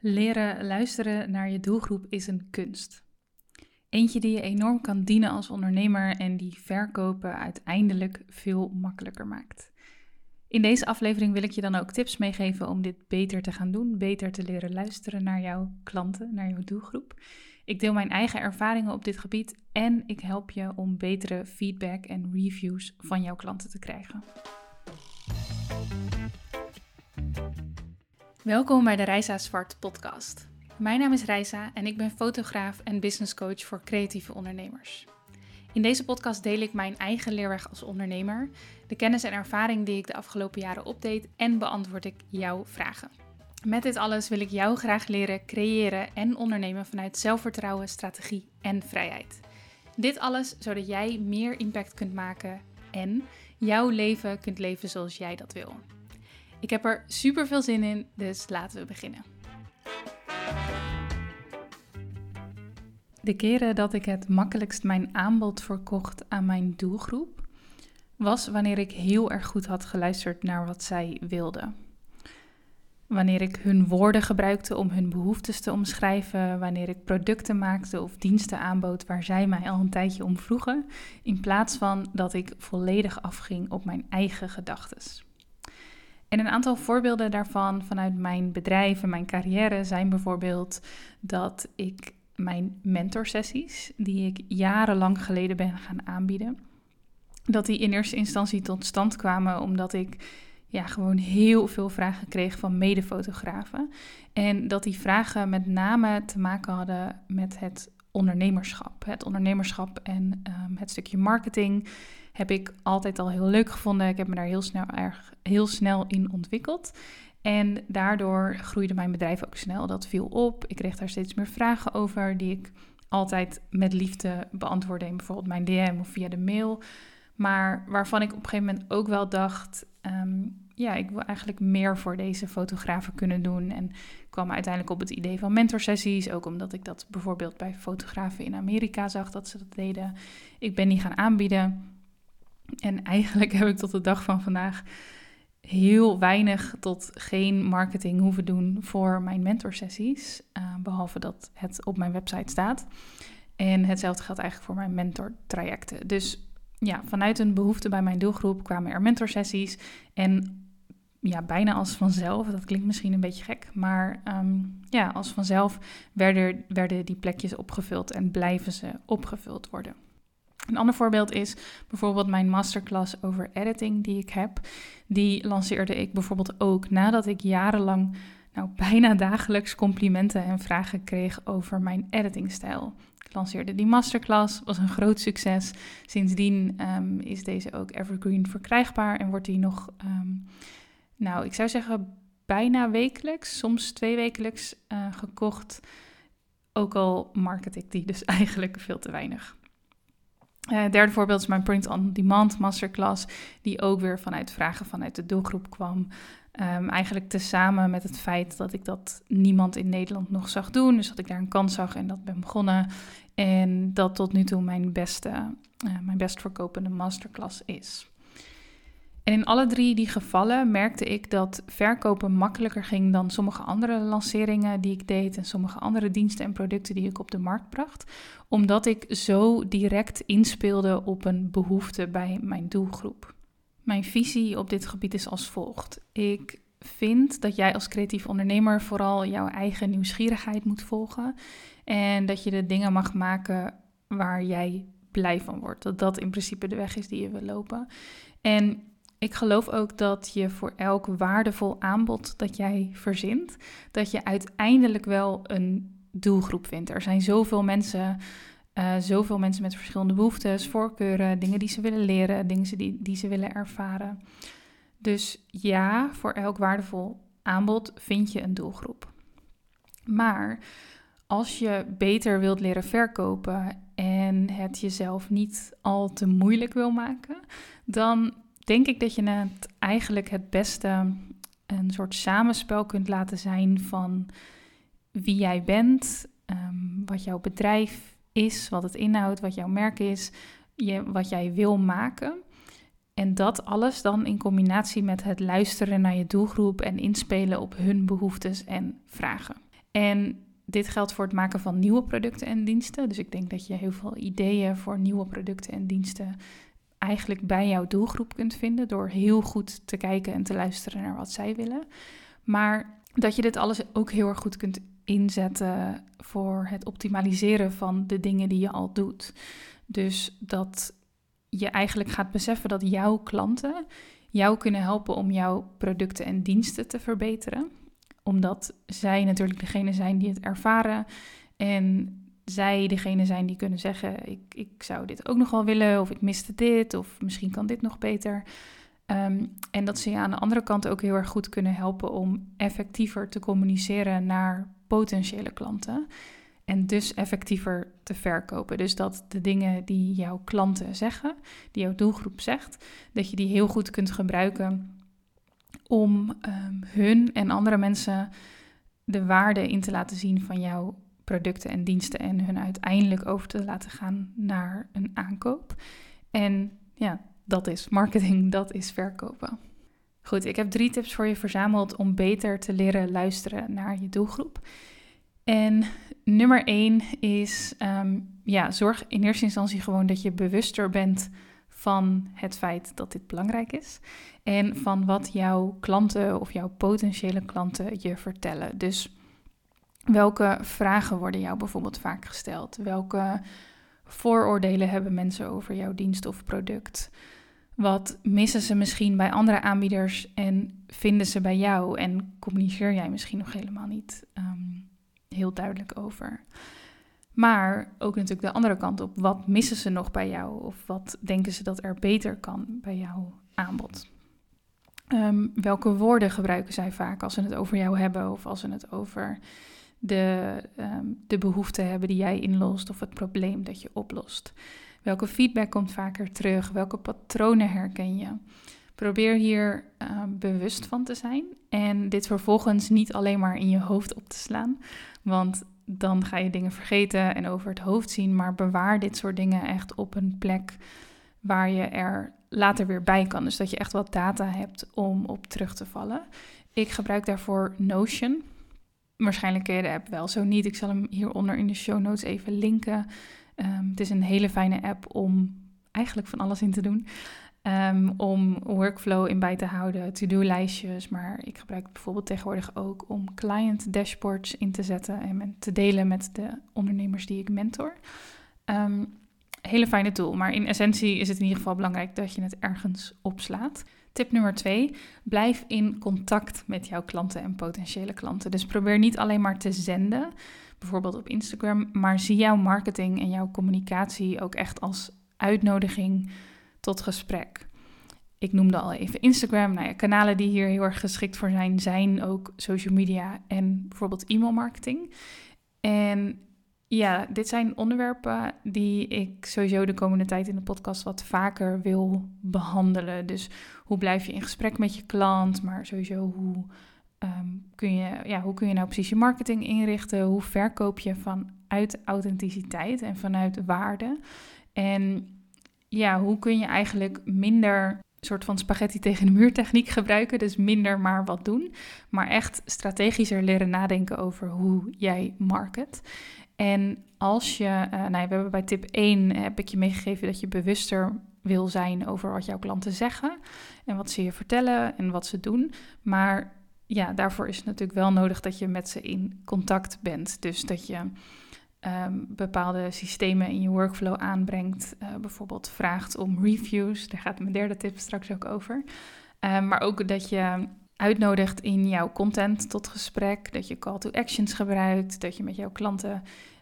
Leren luisteren naar je doelgroep is een kunst. Eentje die je enorm kan dienen als ondernemer en die verkopen uiteindelijk veel makkelijker maakt. In deze aflevering wil ik je dan ook tips meegeven om dit beter te gaan doen, beter te leren luisteren naar jouw klanten, naar jouw doelgroep. Ik deel mijn eigen ervaringen op dit gebied en ik help je om betere feedback en reviews van jouw klanten te krijgen. Welkom bij de Reisa Zwart podcast. Mijn naam is Reisa en ik ben fotograaf en business coach voor creatieve ondernemers. In deze podcast deel ik mijn eigen leerweg als ondernemer, de kennis en ervaring die ik de afgelopen jaren opdeed en beantwoord ik jouw vragen. Met dit alles wil ik jou graag leren creëren en ondernemen vanuit zelfvertrouwen, strategie en vrijheid. Dit alles zodat jij meer impact kunt maken en jouw leven kunt leven zoals jij dat wil. Ik heb er super veel zin in, dus laten we beginnen. De keren dat ik het makkelijkst mijn aanbod verkocht aan mijn doelgroep, was wanneer ik heel erg goed had geluisterd naar wat zij wilden. Wanneer ik hun woorden gebruikte om hun behoeftes te omschrijven, wanneer ik producten maakte of diensten aanbood waar zij mij al een tijdje om vroegen, in plaats van dat ik volledig afging op mijn eigen gedachtes. En een aantal voorbeelden daarvan vanuit mijn bedrijf en mijn carrière zijn bijvoorbeeld dat ik mijn mentorsessies, die ik jarenlang geleden ben gaan aanbieden, dat die in eerste instantie tot stand kwamen omdat ik gewoon heel veel vragen kreeg van medefotografen. En dat die vragen met name te maken hadden met het ondernemerschap. Het ondernemerschap en het stukje marketing heb ik altijd al heel leuk gevonden. Ik heb me daar heel snel in ontwikkeld. En daardoor groeide mijn bedrijf ook snel. Dat viel op. Ik kreeg daar steeds meer vragen over die ik altijd met liefde beantwoordde in bijvoorbeeld mijn DM of via de mail. Maar waarvan ik op een gegeven moment ook wel dacht, ik wil eigenlijk meer voor deze fotografen kunnen doen. En kwam uiteindelijk op het idee van mentorsessies, ook omdat ik dat bijvoorbeeld bij fotografen in Amerika zag dat ze dat deden. Ik ben die gaan aanbieden. En eigenlijk heb ik tot de dag van vandaag heel weinig tot geen marketing hoeven doen voor mijn mentorsessies. Behalve dat het op mijn website staat. En hetzelfde geldt eigenlijk voor mijn mentortrajecten. Dus vanuit een behoefte bij mijn doelgroep kwamen er mentorsessies. En bijna als vanzelf, dat klinkt misschien een beetje gek, maar als vanzelf werden die plekjes opgevuld en blijven ze opgevuld worden. Een ander voorbeeld is bijvoorbeeld mijn masterclass over editing die ik heb. Die lanceerde ik bijvoorbeeld ook nadat ik jarenlang bijna dagelijks complimenten en vragen kreeg over mijn editingstijl. Ik lanceerde die masterclass, was een groot succes. Sindsdien is deze ook evergreen verkrijgbaar en wordt die nog, ik zou zeggen bijna wekelijks, soms 2 wekelijks gekocht. Ook al market ik die dus eigenlijk veel te weinig. Het derde voorbeeld is mijn print-on-demand masterclass, die ook weer vanuit vragen vanuit de doelgroep kwam. Eigenlijk tezamen met het feit dat ik dat niemand in Nederland nog zag doen. Dus dat ik daar een kans zag en dat ben begonnen. En dat tot nu toe mijn best verkopende masterclass is. En in alle 3 die gevallen merkte ik dat verkopen makkelijker ging dan sommige andere lanceringen die ik deed en sommige andere diensten en producten die ik op de markt bracht, omdat ik zo direct inspeelde op een behoefte bij mijn doelgroep. Mijn visie op dit gebied is als volgt. Ik vind dat jij als creatief ondernemer vooral jouw eigen nieuwsgierigheid moet volgen en dat je de dingen mag maken waar jij blij van wordt. Dat dat in principe de weg is die je wil lopen. En ik geloof ook dat je voor elk waardevol aanbod dat jij verzint, dat je uiteindelijk wel een doelgroep vindt. Er zijn zoveel mensen met verschillende behoeftes, voorkeuren, dingen die ze willen leren, dingen die ze willen ervaren. Dus ja, voor elk waardevol aanbod vind je een doelgroep. Maar als je beter wilt leren verkopen en het jezelf niet al te moeilijk wil maken, dan denk ik dat je het eigenlijk het beste een soort samenspel kunt laten zijn van wie jij bent, wat jouw bedrijf is, wat het inhoudt, wat jouw merk is, wat jij wil maken. En dat alles dan in combinatie met het luisteren naar je doelgroep en inspelen op hun behoeftes en vragen. En dit geldt voor het maken van nieuwe producten en diensten. Dus ik denk dat je heel veel ideeën voor nieuwe producten en diensten eigenlijk bij jouw doelgroep kunt vinden door heel goed te kijken en te luisteren naar wat zij willen. Maar dat je dit alles ook heel erg goed kunt inzetten voor het optimaliseren van de dingen die je al doet. Dus dat je eigenlijk gaat beseffen dat jouw klanten jou kunnen helpen om jouw producten en diensten te verbeteren. Omdat zij natuurlijk degene zijn die het ervaren en zij degene zijn die kunnen zeggen, ik zou dit ook nog wel willen, of ik miste dit, of misschien kan dit nog beter. En dat ze je aan de andere kant ook heel erg goed kunnen helpen om effectiever te communiceren naar potentiële klanten. En dus effectiever te verkopen. Dus dat de dingen die jouw klanten zeggen, die jouw doelgroep zegt, dat je die heel goed kunt gebruiken om hun en andere mensen de waarde in te laten zien van jouw producten en diensten en hun uiteindelijk over te laten gaan naar een aankoop. En ja, dat is marketing, dat is verkopen. Goed, ik heb 3 tips voor je verzameld om beter te leren luisteren naar je doelgroep. En nummer 1 is, zorg in eerste instantie gewoon dat je bewuster bent van het feit dat dit belangrijk is. En van wat jouw klanten of jouw potentiële klanten je vertellen. Dus welke vragen worden jou bijvoorbeeld vaak gesteld? Welke vooroordelen hebben mensen over jouw dienst of product? Wat missen ze misschien bij andere aanbieders en vinden ze bij jou? En communiceer jij misschien nog helemaal niet heel duidelijk over. Maar ook natuurlijk de andere kant op. Wat missen ze nog bij jou? Of wat denken ze dat er beter kan bij jouw aanbod? Welke woorden gebruiken zij vaak als ze het over jou hebben? Of als ze het over de behoefte hebben die jij inlost of het probleem dat je oplost? Welke feedback komt vaker terug? Welke patronen herken je? Probeer hier bewust van te zijn en dit vervolgens niet alleen maar in je hoofd op te slaan, want dan ga je dingen vergeten en over het hoofd zien, maar bewaar dit soort dingen echt op een plek waar je er later weer bij kan. Dus dat je echt wat data hebt om op terug te vallen. Ik gebruik daarvoor Notion. Waarschijnlijk ken je de app wel, zo niet. Ik zal hem hieronder in de show notes even linken. Het is een hele fijne app om eigenlijk van alles in te doen. Om workflow in bij te houden, to-do-lijstjes. Maar ik gebruik het bijvoorbeeld tegenwoordig ook om client dashboards in te zetten en te delen met de ondernemers die ik mentor. Hele fijne tool, maar in essentie is het in ieder geval belangrijk dat je het ergens opslaat. Tip nummer 2, blijf in contact met jouw klanten en potentiële klanten. Dus probeer niet alleen maar te zenden, bijvoorbeeld op Instagram, maar zie jouw marketing en jouw communicatie ook echt als uitnodiging tot gesprek. Ik noemde al even Instagram. Kanalen die hier heel erg geschikt voor zijn ook social media en bijvoorbeeld e-mailmarketing. En ja, dit zijn onderwerpen die ik sowieso de komende tijd in de podcast wat vaker wil behandelen. Dus hoe blijf je in gesprek met je klant, maar sowieso hoe kun je nou precies je marketing inrichten? Hoe verkoop je vanuit authenticiteit en vanuit waarde? En ja, hoe kun je eigenlijk minder soort van spaghetti tegen de muur techniek gebruiken? Dus minder maar wat doen. Maar echt strategischer leren nadenken over hoe jij market. En als je, we hebben bij tip 1 heb ik je meegegeven dat je bewuster wil zijn over wat jouw klanten zeggen. En wat ze je vertellen en wat ze doen. Maar ja, daarvoor is het natuurlijk wel nodig dat je met ze in contact bent. Dus dat je bepaalde systemen in je workflow aanbrengt. Bijvoorbeeld vraagt om reviews. Daar gaat mijn 3e tip straks ook over. Maar ook dat je uitnodigt in jouw content tot gesprek. Dat je call to actions gebruikt. Dat je met jouw klanten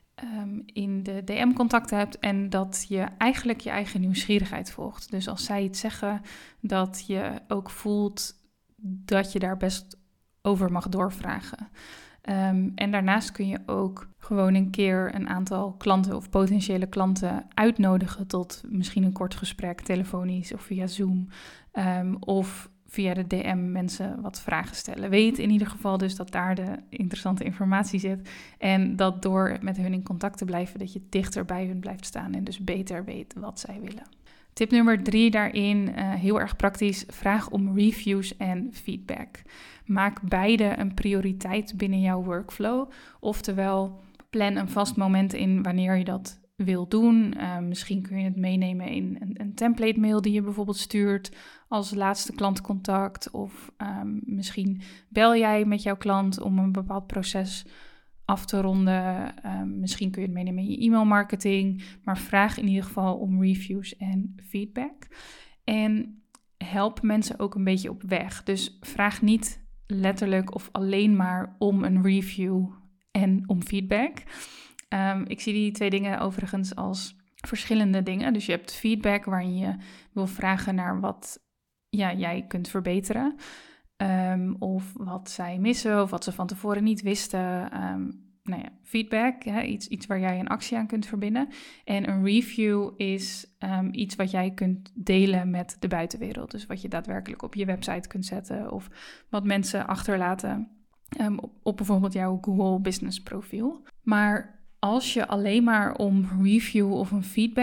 in de DM contacten hebt. En dat je eigenlijk je eigen nieuwsgierigheid volgt. Dus als zij iets zeggen, dat je ook voelt dat je daar best over mag doorvragen. En daarnaast kun je ook gewoon een keer een aantal klanten of potentiële klanten uitnodigen tot misschien een kort gesprek, telefonisch of via Zoom. Of via de DM mensen wat vragen stellen. Weet in ieder geval dus dat daar de interessante informatie zit. En dat door met hun in contact te blijven, dat je dichter bij hun blijft staan en dus beter weet wat zij willen. Tip nummer 3 daarin, heel erg praktisch, vraag om reviews en feedback. Maak beide een prioriteit binnen jouw workflow. Oftewel, plan een vast moment in wanneer je dat wil doen. Misschien kun je het meenemen in een template mail die je bijvoorbeeld stuurt als laatste klantcontact. Of misschien bel jij met jouw klant om een bepaald proces af te ronden. Misschien kun je het meenemen in je e-mailmarketing. Maar vraag in ieder geval om reviews en feedback. En help mensen ook een beetje op weg. Dus vraag niet letterlijk of alleen maar om een review en om feedback. Ik zie die 2 dingen overigens als verschillende dingen. Dus je hebt feedback waarin je wil vragen naar wat jij kunt verbeteren. Of wat zij missen of wat ze van tevoren niet wisten. Feedback, iets waar jij een actie aan kunt verbinden. En een review is iets wat jij kunt delen met de buitenwereld. Dus wat je daadwerkelijk op je website kunt zetten of wat mensen achterlaten op bijvoorbeeld jouw Google Business profiel. Maar als je alleen maar om review of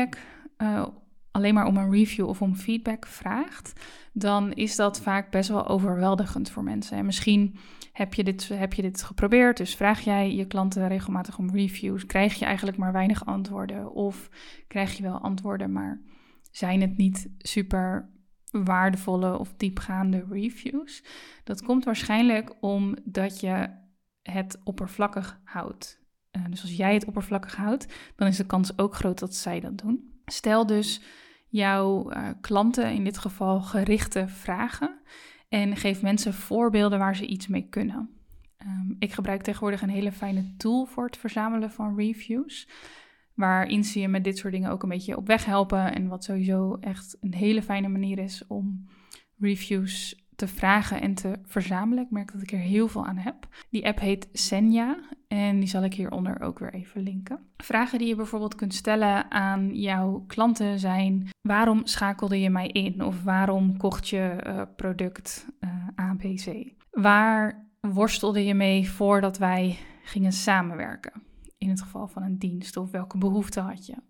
om feedback vraagt, dan is dat vaak best wel overweldigend voor mensen. En misschien heb je dit geprobeerd, dus vraag jij je klanten regelmatig om reviews, krijg je eigenlijk maar weinig antwoorden of krijg je wel antwoorden, maar zijn het niet super waardevolle of diepgaande reviews? Dat komt waarschijnlijk omdat je het oppervlakkig houdt. Dus als jij het oppervlakkig houdt, dan is de kans ook groot dat zij dat doen. Stel dus jouw klanten in dit geval gerichte vragen en geef mensen voorbeelden waar ze iets mee kunnen. Ik gebruik tegenwoordig een hele fijne tool voor het verzamelen van reviews, waarin ze je met dit soort dingen ook een beetje op weg helpen en wat sowieso echt een hele fijne manier is om reviews te vragen en te verzamelen. Ik merk dat ik er heel veel aan heb. Die app heet Senja en die zal ik hieronder ook weer even linken. Vragen die je bijvoorbeeld kunt stellen aan jouw klanten zijn: waarom schakelde je mij in? Of waarom kocht je product ABC? Waar worstelde je mee voordat wij gingen samenwerken? In het geval van een dienst, of welke behoeften had je?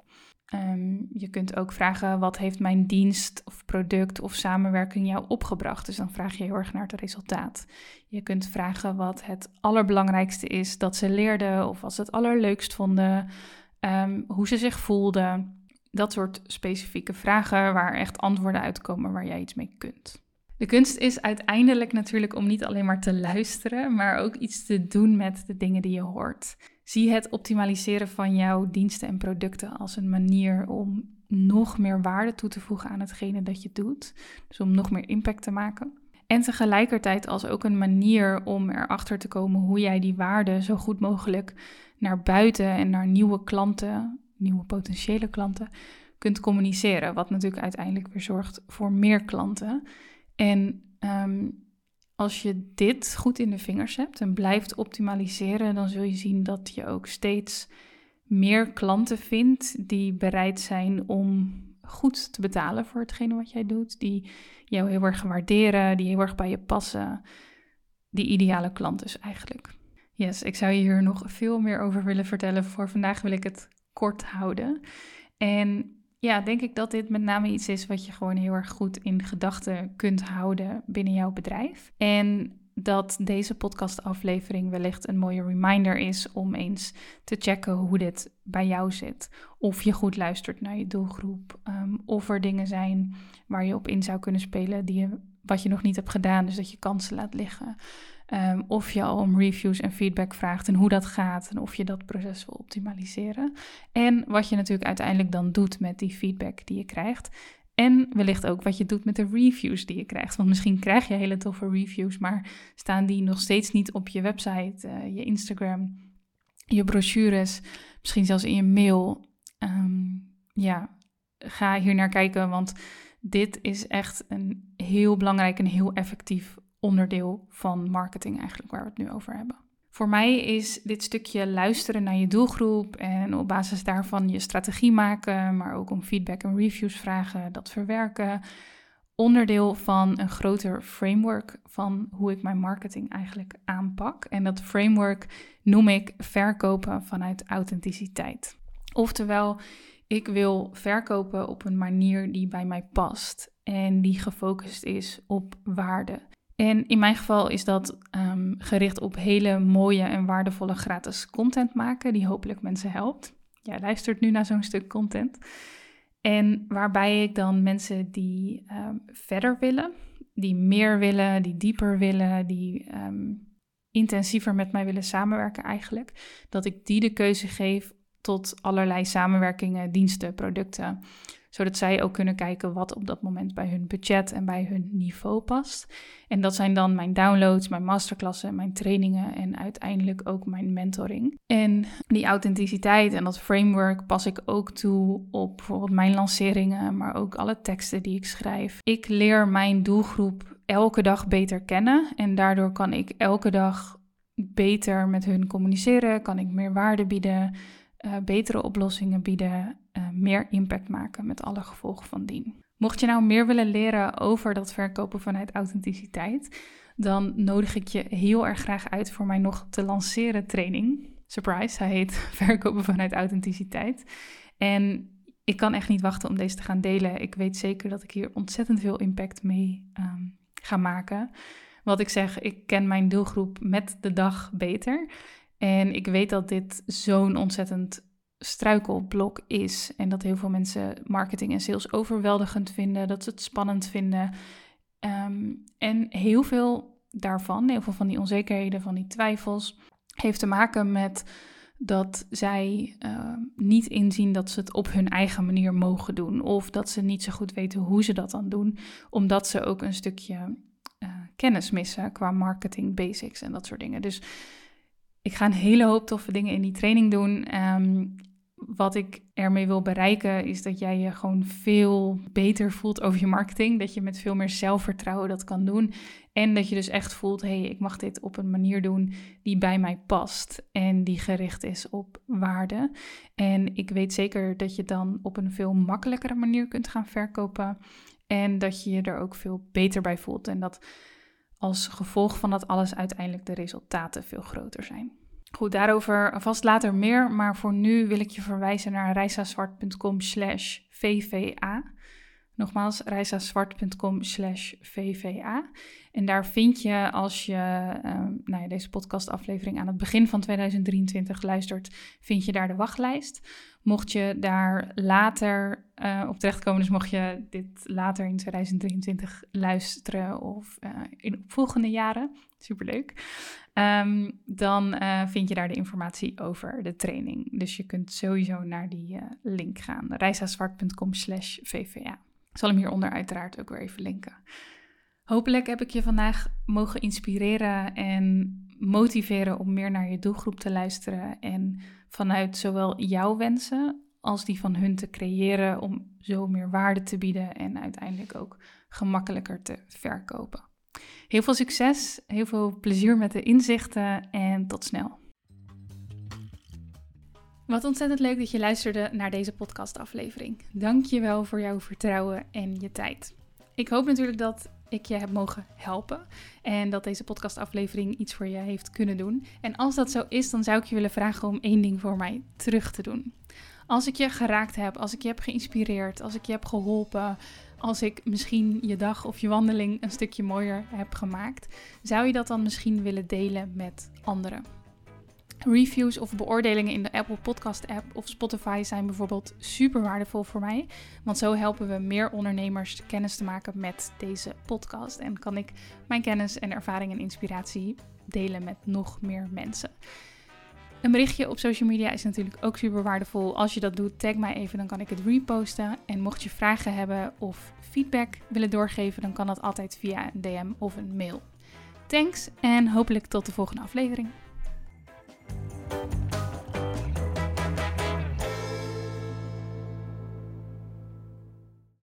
Je kunt ook vragen: wat heeft mijn dienst of product of samenwerking jou opgebracht? Dus dan vraag je heel erg naar het resultaat. Je kunt vragen wat het allerbelangrijkste is dat ze leerden of wat ze het allerleukst vonden, hoe ze zich voelden. Dat soort specifieke vragen waar echt antwoorden uitkomen waar jij iets mee kunt. De kunst is uiteindelijk natuurlijk om niet alleen maar te luisteren, maar ook iets te doen met de dingen die je hoort. Zie het optimaliseren van jouw diensten en producten als een manier om nog meer waarde toe te voegen aan hetgene dat je doet. Dus om nog meer impact te maken. En tegelijkertijd als ook een manier om erachter te komen hoe jij die waarde zo goed mogelijk naar buiten en naar nieuwe klanten, nieuwe potentiële klanten, kunt communiceren. Wat natuurlijk uiteindelijk weer zorgt voor meer klanten. En als je dit goed in de vingers hebt en blijft optimaliseren, dan zul je zien dat je ook steeds meer klanten vindt die bereid zijn om goed te betalen voor hetgene wat jij doet, die jou heel erg waarderen, die heel erg bij je passen. Die ideale klant dus eigenlijk. Yes, ik zou je hier nog veel meer over willen vertellen. Voor vandaag wil ik het kort houden. En ja, denk ik dat dit met name iets is wat je gewoon heel erg goed in gedachten kunt houden binnen jouw bedrijf. En dat deze podcastaflevering wellicht een mooie reminder is om eens te checken hoe dit bij jou zit. Of je goed luistert naar je doelgroep. Of er dingen zijn waar je op in zou kunnen spelen wat je nog niet hebt gedaan, dus dat je kansen laat liggen. Of je al om reviews en feedback vraagt en hoe dat gaat en of je dat proces wil optimaliseren. En wat je natuurlijk uiteindelijk dan doet met die feedback die je krijgt. En wellicht ook wat je doet met de reviews die je krijgt. Want misschien krijg je hele toffe reviews, maar staan die nog steeds niet op je website, je Instagram, je brochures, misschien zelfs in je mail. Ga hier naar kijken, want dit is echt een heel belangrijk en heel effectief onderdeel van marketing eigenlijk, waar we het nu over hebben. Voor mij is dit stukje luisteren naar je doelgroep en op basis daarvan je strategie maken, maar ook om feedback en reviews vragen, dat verwerken, onderdeel van een groter framework van hoe ik mijn marketing eigenlijk aanpak. En dat framework noem ik verkopen vanuit authenticiteit. Oftewel, Ik wil verkopen op een manier die bij mij past en die gefocust is op waarde. En in mijn geval is dat gericht op hele mooie en waardevolle gratis content maken, die hopelijk mensen helpt. Jij luistert nu naar zo'n stuk content. En waarbij ik dan mensen die verder willen, die meer willen, die dieper willen, die intensiever met mij willen samenwerken eigenlijk, dat ik die de keuze geef tot allerlei samenwerkingen, diensten, producten, zodat zij ook kunnen kijken wat op dat moment bij hun budget en bij hun niveau past. En dat zijn dan mijn downloads, mijn masterklassen, mijn trainingen en uiteindelijk ook mijn mentoring. En die authenticiteit en dat framework pas ik ook toe op bijvoorbeeld mijn lanceringen, maar ook alle teksten die ik schrijf. Ik leer mijn doelgroep elke dag beter kennen en daardoor kan ik elke dag beter met hun communiceren, kan ik meer waarde bieden, betere oplossingen bieden, meer impact maken met alle gevolgen van dien. Mocht je nou meer willen leren over dat verkopen vanuit authenticiteit, dan nodig ik je heel erg graag uit voor mijn nog te lanceren training. Surprise, hij heet Verkopen vanuit authenticiteit. En ik kan echt niet wachten om deze te gaan delen. Ik weet zeker dat ik hier ontzettend veel impact mee ga maken. Wat ik zeg, ik ken mijn doelgroep met de dag beter. En ik weet dat dit zo'n ontzettend struikelblok is. En dat heel veel mensen marketing en sales overweldigend vinden. Dat ze het spannend vinden. En heel veel daarvan, heel veel van die onzekerheden, van die twijfels, heeft te maken met dat zij niet inzien dat ze het op hun eigen manier mogen doen. Of dat ze niet zo goed weten hoe ze dat dan doen. Omdat ze ook een stukje kennis missen qua marketing basics en dat soort dingen. Dus ik ga een hele hoop toffe dingen in die training doen. Wat ik ermee wil bereiken is dat jij je gewoon veel beter voelt over je marketing. Dat je met veel meer zelfvertrouwen dat kan doen. En dat je dus echt voelt, hey, ik mag dit op een manier doen die bij mij past. En die gericht is op waarde. En ik weet zeker dat je dan op een veel makkelijkere manier kunt gaan verkopen. En dat je je er ook veel beter bij voelt. En dat als gevolg van dat alles uiteindelijk de resultaten veel groter zijn. Goed, daarover vast later meer, maar voor nu wil ik je verwijzen naar reisazwart.com/VVA. Nogmaals, reisazwart.com/VVA. En daar vind je, als je deze podcastaflevering aan het begin van 2023 luistert, vind je daar de wachtlijst. Mocht je daar later op terechtkomen, dus mocht je dit later in 2023 luisteren of in volgende jaren, superleuk, dan vind je daar de informatie over de training. Dus je kunt sowieso naar die link gaan, reisazwart.com/VVA. Ik zal hem hieronder uiteraard ook weer even linken. Hopelijk heb ik je vandaag mogen inspireren en motiveren om meer naar je doelgroep te luisteren en vanuit zowel jouw wensen als die van hun te creëren om zo meer waarde te bieden en uiteindelijk ook gemakkelijker te verkopen. Heel veel succes, heel veel plezier met de inzichten en tot snel. Wat ontzettend leuk dat je luisterde naar deze podcastaflevering. Dank je wel voor jouw vertrouwen en je tijd. Ik hoop natuurlijk dat ik je heb mogen helpen en dat deze podcastaflevering iets voor je heeft kunnen doen. En als dat zo is, dan zou ik je willen vragen om 1 ding voor mij terug te doen. Als ik je geraakt heb, als ik je heb geïnspireerd, als ik je heb geholpen, als ik misschien je dag of je wandeling een stukje mooier heb gemaakt, zou je dat dan misschien willen delen met anderen? Reviews of beoordelingen in de Apple Podcast app of Spotify zijn bijvoorbeeld super waardevol voor mij. Want zo helpen we meer ondernemers kennis te maken met deze podcast. En kan ik mijn kennis en ervaring en inspiratie delen met nog meer mensen. Een berichtje op social media is natuurlijk ook super waardevol. Als je dat doet, tag mij even, dan kan ik het reposten. En mocht je vragen hebben of feedback willen doorgeven, dan kan dat altijd via een DM of een mail. Thanks en hopelijk tot de volgende aflevering.